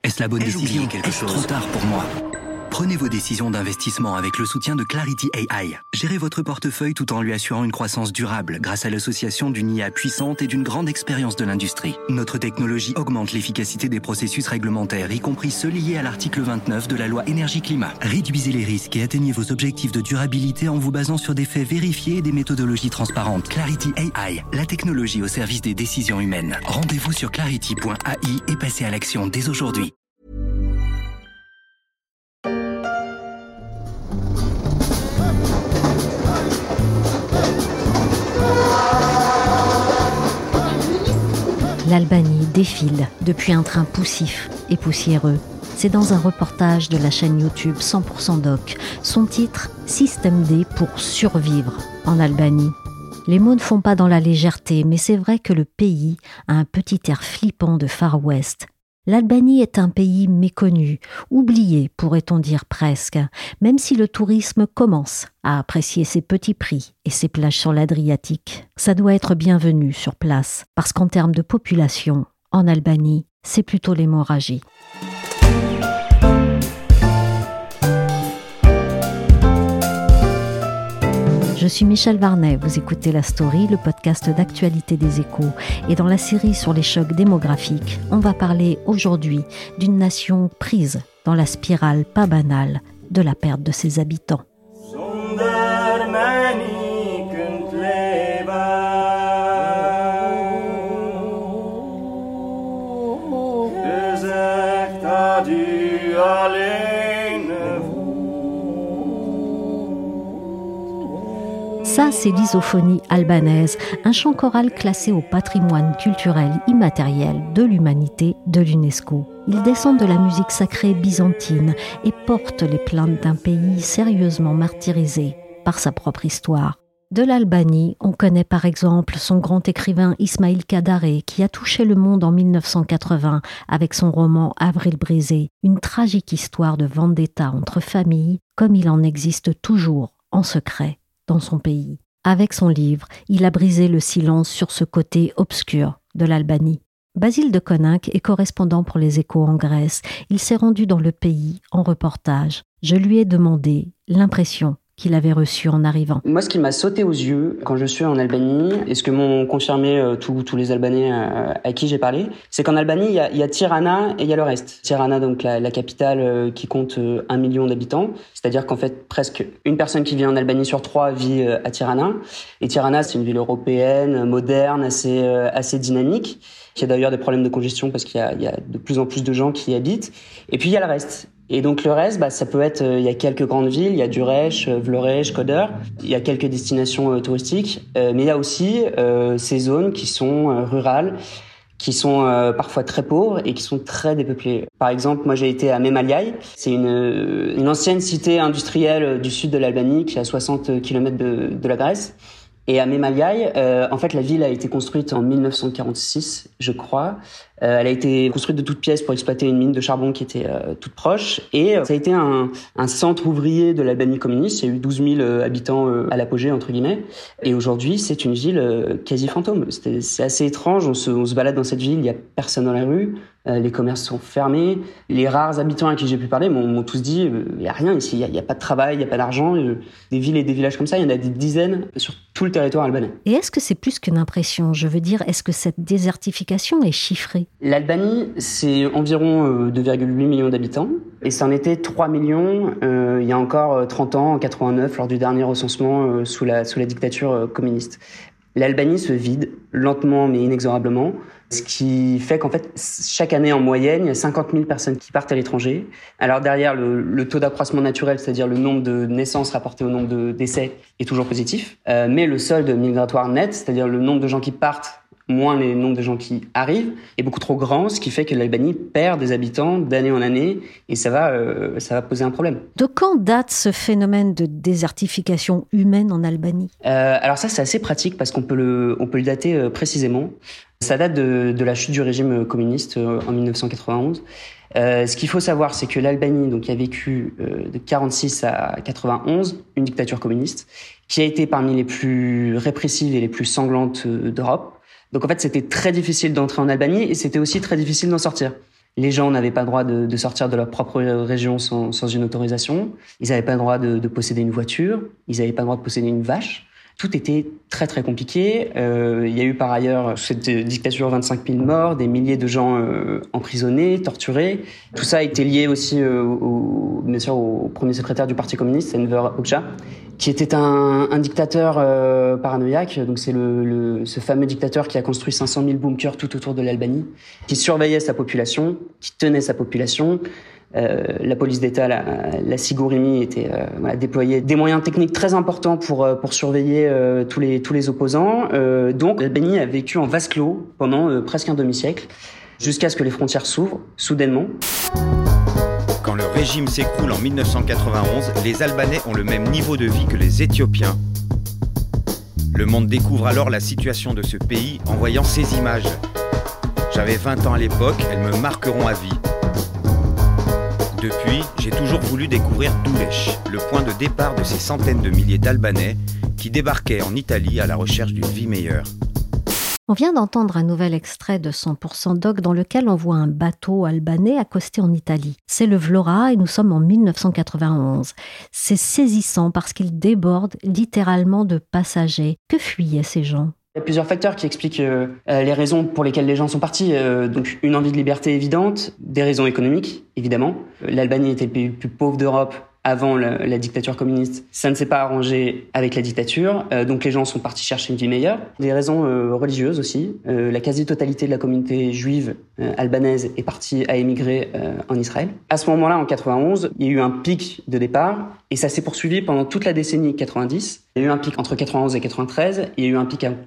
Est-ce la bonne décision? Est-ce trop tard pour moi? Prenez vos décisions d'investissement avec le soutien de Clarity AI. Gérez votre portefeuille tout en lui assurant une croissance durable grâce à l'association d'une IA puissante et d'une grande expérience de l'industrie. Notre technologie augmente l'efficacité des processus réglementaires, y compris ceux liés à l'article 29 de la loi Énergie-Climat. Réduisez les risques et atteignez vos objectifs de durabilité en vous basant sur des faits vérifiés et des méthodologies transparentes. Clarity AI, la technologie au service des décisions humaines. Rendez-vous sur clarity.ai et passez à l'action dès aujourd'hui. L'Albanie défile depuis un train poussif et poussiéreux. C'est dans un reportage de la chaîne YouTube 100% Doc. Son titre, Système D pour survivre en Albanie. Les mots ne font pas dans la légèreté, mais c'est vrai que le pays a un petit air flippant de Far West. L'Albanie est un pays méconnu, oublié pourrait-on dire presque, même si le tourisme commence à apprécier ses petits prix et ses plages sur l'Adriatique. Ça doit être bienvenu sur place, parce qu'en termes de population, en Albanie, c'est plutôt l'hémorragie. Je suis Michel Varnet, vous écoutez La Story, le podcast d'actualité des Échos. Et dans la série sur les chocs démographiques, on va parler aujourd'hui d'une nation prise dans la spirale pas banale de la perte de ses habitants. Ça, c'est l'isophonie albanaise, un chant choral classé au patrimoine culturel immatériel de l'humanité de l'UNESCO. Il descend de la musique sacrée byzantine et porte les plaintes d'un pays sérieusement martyrisé par sa propre histoire. De l'Albanie, on connaît par exemple son grand écrivain Ismail Kadare qui a touché le monde en 1980 avec son roman Avril brisé, une tragique histoire de vendetta entre familles comme il en existe toujours en secret dans son pays. Avec son livre, il a brisé le silence sur ce côté obscur de l'Albanie. Basile de Koninck est correspondant pour les Échos en Grèce. Il s'est rendu dans le pays en reportage. Je lui ai demandé l'impression qu'il avait reçue en arrivant. Moi, ce qui m'a sauté aux yeux quand je suis en Albanie, et ce que m'ont confirmé tous les Albanais à qui j'ai parlé, c'est qu'en Albanie, il y a Tirana et il y a le reste. Tirana, donc la capitale qui compte 1 million d'habitants, c'est-à-dire qu'en fait, presque une personne qui vit en Albanie sur 3 vit à Tirana. Et Tirana, c'est une ville européenne, moderne, assez dynamique, qui a d'ailleurs des problèmes de congestion parce qu'il y a de plus en plus de gens qui y habitent. Et puis, il y a le reste. Et donc le reste, ça peut être, il y a quelques grandes villes, il y a Durrës, Vlorë, Shkodër, il y a quelques destinations touristiques, mais il y a aussi ces zones qui sont rurales, qui sont parfois très pauvres et qui sont très dépeuplées. Par exemple, moi j'ai été à Memalai, c'est une ancienne cité industrielle du sud de l'Albanie qui est à 60 km de la Grèce. Et à Memalai, en fait, la ville a été construite en 1946, je crois. Elle a été construite de toutes pièces pour exploiter une mine de charbon qui était toute proche. Et ça a été un centre ouvrier de l'Albanie communiste. Il y a eu 12 000 habitants à l'apogée, entre guillemets. Et aujourd'hui, c'est une ville quasi fantôme. C'est assez étrange. On se balade dans cette ville, il n'y a personne dans la rue. Les commerces sont fermés. Les rares habitants à qui j'ai pu parler m'ont tous dit il n'y a rien ici, il n'y a pas de travail, il n'y a pas d'argent. Des villes et des villages comme ça, il y en a des dizaines sur tout le territoire albanais. Et est-ce que c'est plus qu'une impression? Je veux dire, est-ce que cette désertification est chiffrée? L'Albanie, c'est environ 2,8 millions d'habitants. Et c'en était 3 millions il y a encore 30 ans, en 89, lors du dernier recensement sous la dictature communiste. L'Albanie se vide lentement mais inexorablement, ce qui fait qu'en fait, chaque année en moyenne, il y a 50 000 personnes qui partent à l'étranger. Alors derrière, le taux d'accroissement naturel, c'est-à-dire le nombre de naissances rapporté au nombre de décès, est toujours positif. Mais le solde migratoire net, c'est-à-dire le nombre de gens qui partent moins le nombre de gens qui arrivent, est beaucoup trop grand, ce qui fait que l'Albanie perd des habitants d'année en année, et ça va poser un problème. De quand date ce phénomène de désertification humaine en Albanie? Alors ça, c'est assez pratique parce qu'on peut le dater précisément. Ça date de la chute du régime communiste en 1991. Ce qu'il faut savoir, c'est que l'Albanie donc, a vécu de 46 à 91 une dictature communiste qui a été parmi les plus répressives et les plus sanglantes d'Europe. Donc en fait, c'était très difficile d'entrer en Albanie et c'était aussi très difficile d'en sortir. Les gens n'avaient pas le droit de sortir de leur propre région sans une autorisation. Ils n'avaient pas le droit de posséder une voiture. Ils n'avaient pas le droit de posséder une vache. Tout était très très compliqué. Il y a eu par ailleurs cette dictature 25 000 morts, des milliers de gens emprisonnés, torturés. Tout ça a été lié aussi bien sûr au premier secrétaire du Parti communiste, Enver Hoxha, qui était un dictateur paranoïaque. Donc c'est ce fameux dictateur qui a construit 500 000 bunkers tout autour de l'Albanie, qui surveillait sa population, qui tenait sa population. La police d'État, la Sigurimi, déployait des moyens techniques très importants pour surveiller tous les opposants. Donc l'Albanie a vécu en vase clos pendant presque un demi-siècle, jusqu'à ce que les frontières s'ouvrent soudainement. Quand le régime s'écroule en 1991, les Albanais ont le même niveau de vie que les Éthiopiens. Le monde découvre alors la situation de ce pays en voyant ces images. J'avais 20 ans à l'époque, elles me marqueront à vie. Depuis, j'ai toujours voulu découvrir Doulech, le point de départ de ces centaines de milliers d'Albanais qui débarquaient en Italie à la recherche d'une vie meilleure. On vient d'entendre un nouvel extrait de 100% Doc dans lequel on voit un bateau albanais accosté en Italie. C'est le Vlora et nous sommes en 1991. C'est saisissant parce qu'il déborde littéralement de passagers. Que fuyaient ces gens ? Il y a plusieurs facteurs qui expliquent les raisons pour lesquelles les gens sont partis. Donc une envie de liberté évidente, des raisons économiques, évidemment. L'Albanie était le pays le plus pauvre d'Europe avant la dictature communiste. Ça ne s'est pas arrangé avec la dictature, donc les gens sont partis chercher une vie meilleure. Des raisons religieuses aussi. La quasi-totalité de la communauté juive albanaise est partie à émigrer en Israël. À ce moment-là, en 91, il y a eu un pic de départ et ça s'est poursuivi pendant toute la décennie 90. Il y a eu un pic entre 91 et 93. Il y a eu un pic en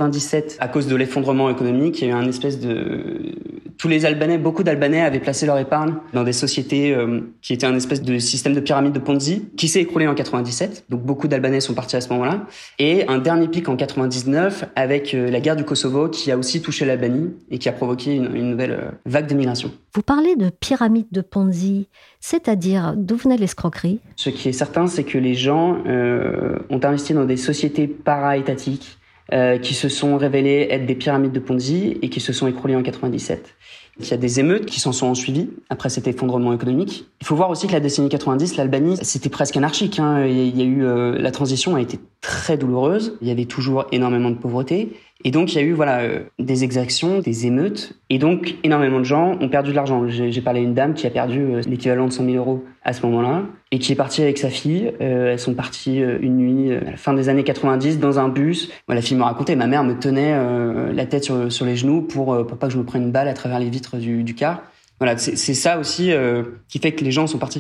97 à cause de l'effondrement économique. Il y a eu un espèce de... Beaucoup d'Albanais avaient placé leur épargne dans des sociétés qui étaient un espèce de système de pyramide de Ponzi qui s'est écroulé en 97. Donc beaucoup d'Albanais sont partis à ce moment-là. Et un dernier pic en 99 avec la guerre du Kosovo qui a aussi touché l'Albanie et qui a provoqué une nouvelle vague de migration. Vous parlez de pyramide de Ponzi, c'est-à-dire d'où venait l'escroquerie ? Ce qui est certain, c'est que les gens ont investi dans des sociétés para-étatiques qui se sont révélées être des pyramides de Ponzi et qui se sont écroulées en 97. Il y a des émeutes qui s'en sont suivies après cet effondrement économique. Il faut voir aussi que la décennie 90, l'Albanie, c'était presque anarchique. Il y a eu la transition a été très douloureuse. Il y avait toujours énormément de pauvreté. Et donc, il y a eu des exactions, des émeutes. Et donc, énormément de gens ont perdu de l'argent. J'ai parlé à une dame qui a perdu l'équivalent de 100 000 euros à ce moment-là et qui est partie avec sa fille. Elles sont parties une nuit à la fin des années 90 dans un bus. La fille me racontait, ma mère me tenait la tête sur les genoux pour pas que je me prenne une balle à travers les vitres du car. Voilà, c'est ça aussi qui fait que les gens sont partis.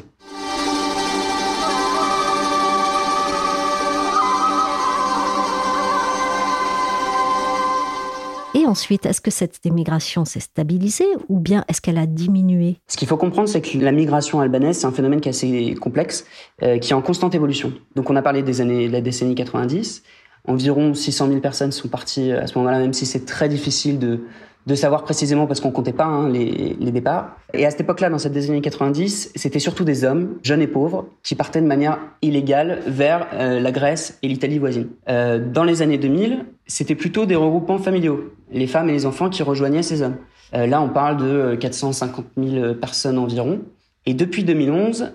Et ensuite, est-ce que cette émigration s'est stabilisée ou bien est-ce qu'elle a diminué ? Ce qu'il faut comprendre, c'est que la migration albanaise, c'est un phénomène qui est assez complexe, qui est en constante évolution. Donc on a parlé de la décennie 90. Environ 600 000 personnes sont parties à ce moment-là, même si c'est très difficile de savoir précisément parce qu'on comptait pas les départs. Et à cette époque-là, dans cette décennie 90, c'était surtout des hommes, jeunes et pauvres, qui partaient de manière illégale vers la Grèce et l'Italie voisine. Dans les années 2000, c'était plutôt des regroupements familiaux, les femmes et les enfants qui rejoignaient ces hommes. Là, on parle de 450 000 personnes environ. Et depuis 2011,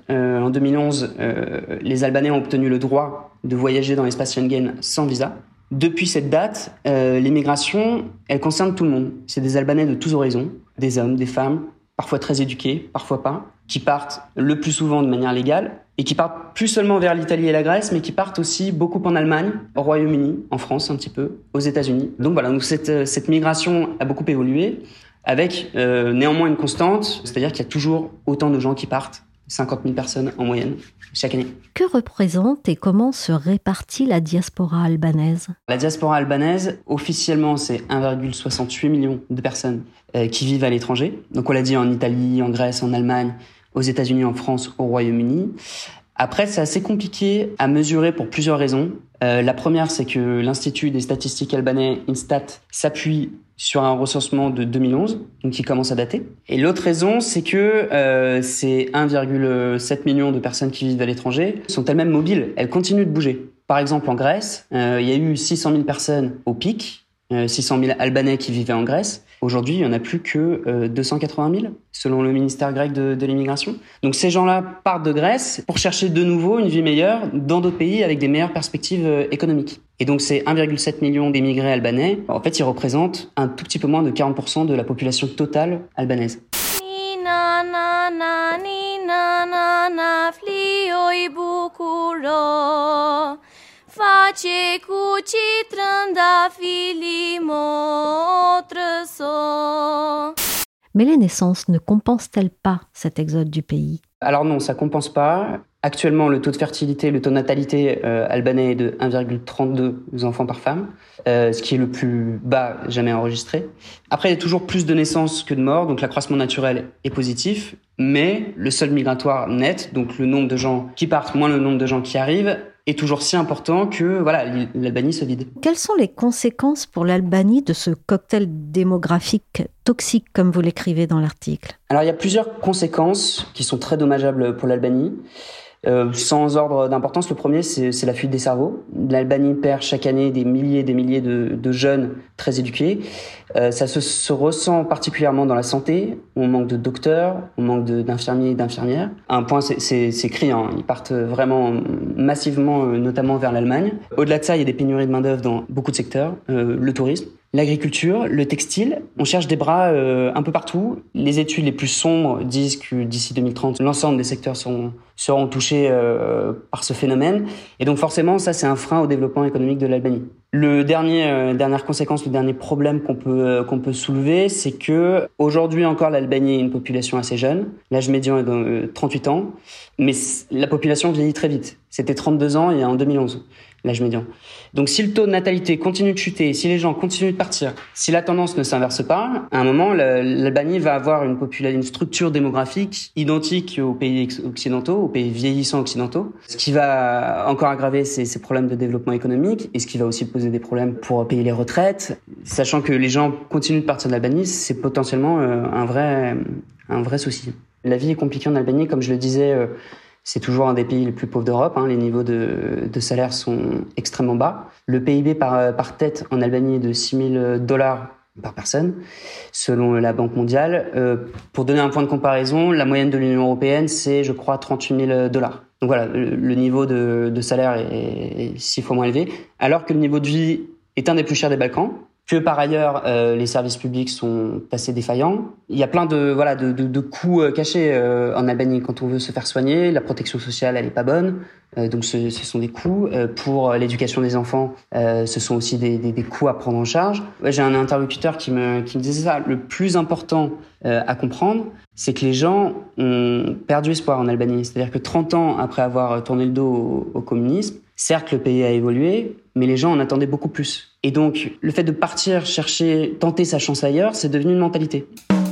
les Albanais ont obtenu le droit de voyager dans l'espace Schengen sans visa. Depuis cette date, l'immigration, elle concerne tout le monde. C'est des Albanais de tous horizons, des hommes, des femmes, parfois très éduqués, parfois pas, qui partent le plus souvent de manière légale et qui partent plus seulement vers l'Italie et la Grèce, mais qui partent aussi beaucoup en Allemagne, au Royaume-Uni, en France un petit peu, aux États-Unis. Donc voilà, cette migration a beaucoup évolué, avec néanmoins une constante, c'est-à-dire qu'il y a toujours autant de gens qui partent, 50 000 personnes en moyenne chaque année. Que représente et comment se répartit la diaspora albanaise ? La diaspora albanaise, officiellement, c'est 1,68 million de personnes qui vivent à l'étranger. Donc on l'a dit, en Italie, en Grèce, en Allemagne, aux États-Unis, en France, au Royaume-Uni. Après, c'est assez compliqué à mesurer pour plusieurs raisons. La première, c'est que l'Institut des statistiques albanais, Instat, s'appuie sur un recensement de 2011, donc qui commence à dater. Et l'autre raison, c'est que ces 1,7 million de personnes qui vivent à l'étranger sont elles-mêmes mobiles, elles continuent de bouger. Par exemple, en Grèce, il y a eu 600 000 personnes au pic, 600 000 Albanais qui vivaient en Grèce. Aujourd'hui, il n'y en a plus que 280 000, selon le ministère grec de l'immigration. Donc ces gens-là partent de Grèce pour chercher de nouveau une vie meilleure dans d'autres pays avec des meilleures perspectives économiques. Et donc ces 1,7 million d'émigrés albanais, en fait, ils représentent un tout petit peu moins de 40% de la population totale albanaise. Mais les naissances ne compensent-elles pas cet exode du pays ? Alors non, ça compense pas. Actuellement, le taux de fertilité, le taux de natalité albanais est de 1,32 enfants par femme, ce qui est le plus bas jamais enregistré. Après, il y a toujours plus de naissances que de morts, donc l'accroissement naturel est positif, mais le solde migratoire net, donc le nombre de gens qui partent moins le nombre de gens qui arrivent, est toujours si important que voilà, l'Albanie se vide. Quelles sont les conséquences pour l'Albanie de ce cocktail démographique toxique, comme vous l'écrivez dans l'article ? Alors, il y a plusieurs conséquences qui sont très dommageables pour l'Albanie. Sans ordre d'importance, le premier, c'est la fuite des cerveaux. L'Albanie perd chaque année des milliers de jeunes très éduqués. Ça se ressent particulièrement dans la santé. On manque de docteurs, on manque d'infirmiers et d'infirmières. À un point, c'est criant. Ils partent vraiment massivement, notamment vers l'Allemagne. Au-delà de ça, il y a des pénuries de main-d'œuvre dans beaucoup de secteurs. Le tourisme, l'agriculture, le textile. On cherche des bras un peu partout. Les études les plus sombres disent que d'ici 2030, l'ensemble des secteurs seront touchés par ce phénomène. Et donc forcément, ça, c'est un frein au développement économique de l'Albanie. Le dernière conséquence, le dernier problème qu'on peut soulever, c'est que aujourd'hui encore, l'Albanie est une population assez jeune. L'âge médian est de 38 ans, mais la population vieillit très vite. C'était 32 ans et en 2011. L'âge médian. Donc si le taux de natalité continue de chuter, si les gens continuent de partir, si la tendance ne s'inverse pas, à un moment, l'Albanie va avoir une structure démographique identique aux pays occidentaux, aux pays vieillissants occidentaux, ce qui va encore aggraver ces problèmes de développement économique et ce qui va aussi poser des problèmes pour payer les retraites. Sachant que les gens continuent de partir de l'Albanie, c'est potentiellement un vrai souci. La vie est compliquée en Albanie, comme je le disais. C'est toujours un des pays les plus pauvres d'Europe. Les niveaux de salaire sont extrêmement bas. Le PIB par tête en Albanie est de $6 000 par personne, selon la Banque mondiale. Pour donner un point de comparaison, la moyenne de l'Union européenne, c'est, je crois, $38 000. Donc voilà, le niveau de salaire est 6 fois moins élevé, alors que le niveau de vie est un des plus chers des Balkans. Que par ailleurs, les services publics sont assez défaillants. Il y a plein de coûts cachés en Albanie quand on veut se faire soigner. La protection sociale, elle est pas bonne. Donc ce sont des coûts. Pour l'éducation des enfants, ce sont aussi des coûts à prendre en charge. J'ai un interlocuteur qui me disait ça. Le plus important à comprendre, c'est que les gens ont perdu espoir en Albanie. C'est-à-dire que 30 ans après avoir tourné le dos au communisme, certes, le pays a évolué, mais les gens en attendaient beaucoup plus. Et donc, le fait de partir tenter sa chance ailleurs, c'est devenu une mentalité.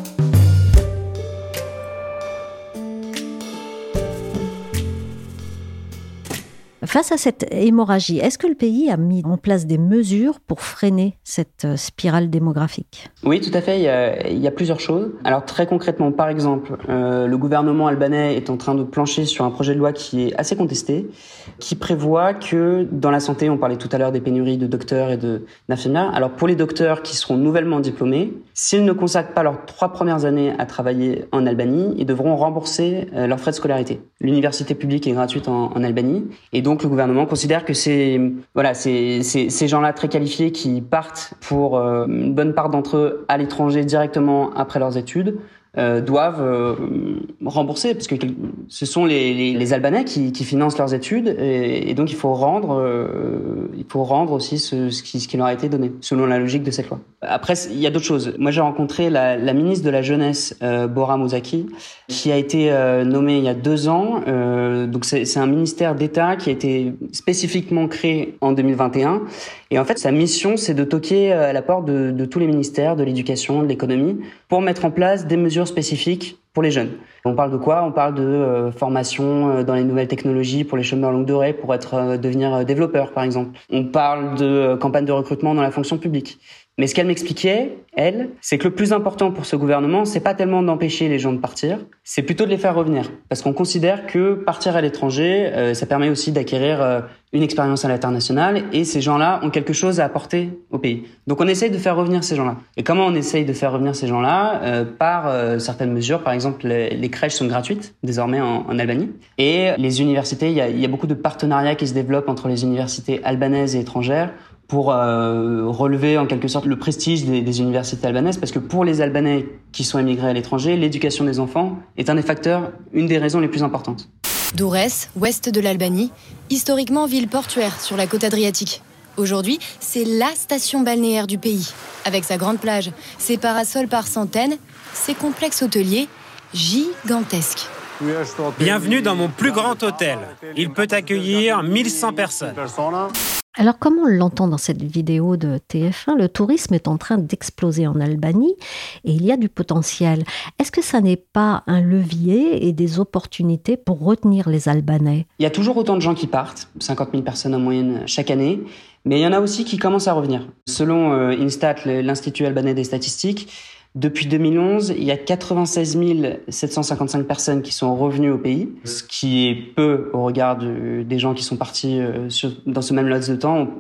Face à cette hémorragie, est-ce que le pays a mis en place des mesures pour freiner cette spirale démographique ? Oui, tout à fait. Il y a plusieurs choses. Alors très concrètement, par exemple, le gouvernement albanais est en train de plancher sur un projet de loi qui est assez contesté, qui prévoit que dans la santé, on parlait tout à l'heure des pénuries de docteurs et d'infirmières. Alors pour les docteurs qui seront nouvellement diplômés, s'ils ne consacrent pas leurs 3 premières années à travailler en Albanie, ils devront rembourser leurs frais de scolarité. L'université publique est gratuite en Albanie, et donc le gouvernement considère que ces gens-là très qualifiés qui partent pour une bonne part d'entre eux à l'étranger directement après leurs études doivent rembourser, parce que ce sont les Albanais qui financent leurs études, et donc il faut rendre aussi ce qui leur a été donné, selon la logique de cette loi. Après, il y a d'autres choses. Moi, j'ai rencontré la ministre de la Jeunesse, Bora Muzaki, qui a été nommée il y a 2 ans. Donc c'est un ministère d'État qui a été spécifiquement créé en 2021. Et en fait, sa mission, c'est de toquer à la porte de tous les ministères, de l'éducation, de l'économie, pour mettre en place des mesures spécifiques pour les jeunes. On parle de quoi ? On parle de formation dans les nouvelles technologies pour les chômeurs longue durée, pour devenir développeur, par exemple. On parle de campagne de recrutement dans la fonction publique. Mais ce qu'elle m'expliquait, elle, c'est que le plus important pour ce gouvernement, c'est pas tellement d'empêcher les gens de partir, c'est plutôt de les faire revenir. Parce qu'on considère que partir à l'étranger, ça permet aussi d'acquérir une expérience à l'international, et ces gens-là ont quelque chose à apporter au pays. Donc on essaye de faire revenir ces gens-là. Et comment on essaye de faire revenir ces gens-là ? Par certaines mesures. Par exemple, les crèches sont gratuites désormais en Albanie. Et les universités, il y a beaucoup de partenariats qui se développent entre les universités albanaises et étrangères pour relever en quelque sorte le prestige des universités albanaises, parce que pour les Albanais qui sont émigrés à l'étranger, l'éducation des enfants est un des facteurs, une des raisons les plus importantes. Durrës, ouest de l'Albanie, historiquement ville portuaire sur la côte adriatique. Aujourd'hui, c'est la station balnéaire du pays, avec sa grande plage, ses parasols par centaines, ses complexes hôteliers gigantesques. Bienvenue dans mon plus grand hôtel. Il peut accueillir 1100 personnes. Alors, comme on l'entend dans cette vidéo de TF1, le tourisme est en train d'exploser en Albanie et il y a du potentiel. Est-ce que ça n'est pas un levier et des opportunités pour retenir les Albanais ? Il y a toujours autant de gens qui partent, 50 000 personnes en moyenne chaque année, mais il y en a aussi qui commencent à revenir. Selon Instat, l'Institut albanais des statistiques, depuis 2011, il y a 96 755 personnes qui sont revenues au pays, ce qui est peu au regard des gens qui sont partis dans ce même laps de temps,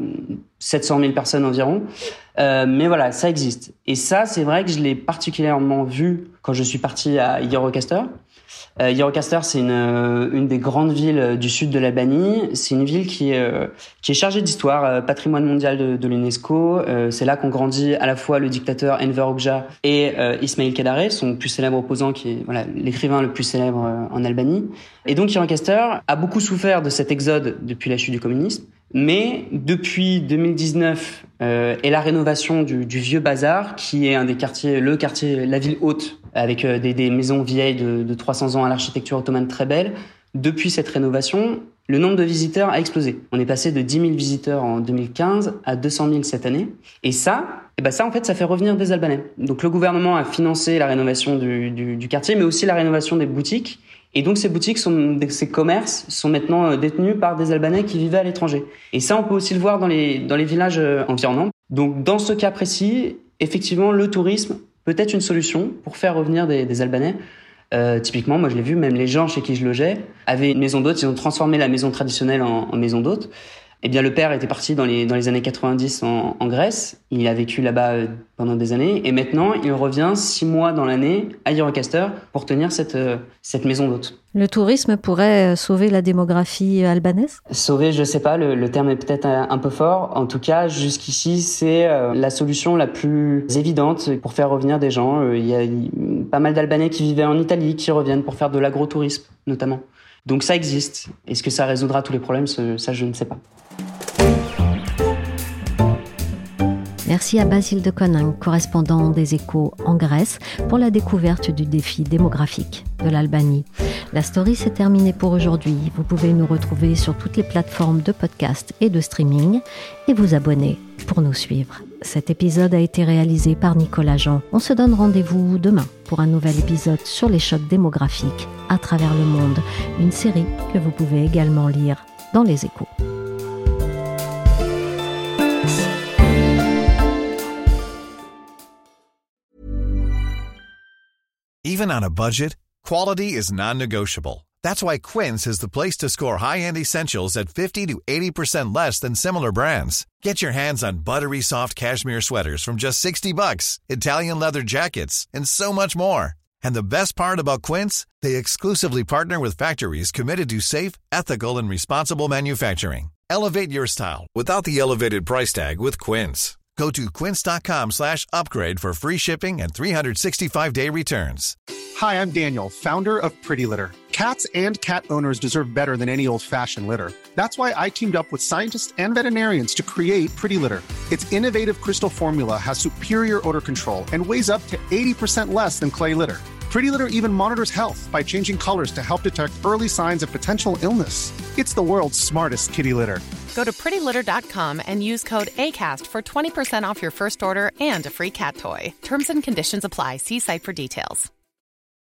700 000 personnes environ. Mais voilà, ça existe. Et ça, c'est vrai que je l'ai particulièrement vu quand je suis parti à Gjirokastër. Gjirokastër, c'est une des grandes villes du sud de l'Albanie. C'est une ville qui est chargée d'histoire, patrimoine mondial de l'UNESCO. C'est là qu'ont grandi à la fois le dictateur Enver Hoxha et Ismail Kadare, son plus célèbre opposant, qui est l'écrivain le plus célèbre en Albanie. Et donc Gjirokastër a beaucoup souffert de cet exode depuis la chute du communisme. Mais depuis 2019 et la rénovation du vieux bazar, qui est un des quartiers, la ville haute, avec des maisons vieilles de 300 ans à l'architecture ottomane très belle, depuis cette rénovation, le nombre de visiteurs a explosé. On est passé de 10 000 visiteurs en 2015 à 200 000 cette année. Et ça, en fait, ça fait revenir des Albanais. Donc le gouvernement a financé la rénovation du quartier, mais aussi la rénovation des boutiques. Et donc ces boutiques, ces commerces sont maintenant détenus par des Albanais qui vivaient à l'étranger. Et ça, on peut aussi le voir dans les villages environnants. Donc dans ce cas précis, effectivement, le tourisme peut être une solution pour faire revenir des Albanais. Typiquement, moi je l'ai vu, même les gens chez qui je logeais avaient une maison d'hôte. Ils ont transformé la maison traditionnelle en maison d'hôte. Eh bien, le père était parti dans les années 90 en Grèce. Il a vécu là-bas pendant des années. Et maintenant, il revient 6 mois dans l'année à Gjirokastër pour tenir cette maison d'hôte. Le tourisme pourrait sauver la démographie albanaise ? Sauver, je sais pas, le terme est peut-être un peu fort. En tout cas, jusqu'ici, c'est la solution la plus évidente pour faire revenir des gens. Il y a pas mal d'Albanais qui vivaient en Italie qui reviennent pour faire de l'agrotourisme, notamment. Donc ça existe. Est-ce que ça résoudra tous les problèmes ? Ça, je ne sais pas. Merci à Basile de Koning, correspondant des Échos en Grèce, pour la découverte du défi démographique de l'Albanie. La story s'est terminée pour aujourd'hui. Vous pouvez nous retrouver sur toutes les plateformes de podcast et de streaming et vous abonner pour nous suivre. Cet épisode a été réalisé par Nicolas Jean. On se donne rendez-vous demain pour un nouvel épisode sur les chocs démographiques à travers le monde, une série que vous pouvez également lire dans les Échos. Even on a budget, quality is non-negotiable. That's why Quince is the place to score high-end essentials at 50 to 80% less than similar brands. Get your hands on buttery soft cashmere sweaters from just $60, Italian leather jackets, and so much more. And the best part about Quince, they exclusively partner with factories committed to safe, ethical, and responsible manufacturing. Elevate your style without the elevated price tag with Quince. Go to quince.com/upgrade for free shipping and 365-day returns. Hi, I'm Daniel, founder of Pretty Litter. Cats and cat owners deserve better than any old-fashioned litter. That's why I teamed up with scientists and veterinarians to create Pretty Litter. Its innovative crystal formula has superior odor control and weighs up to 80% less than clay litter. Pretty Litter even monitors health by changing colors to help detect early signs of potential illness. It's the world's smartest kitty litter. Go to prettylitter.com and use code ACAST for 20% off your first order and a free cat toy. Terms and conditions apply. See site for details.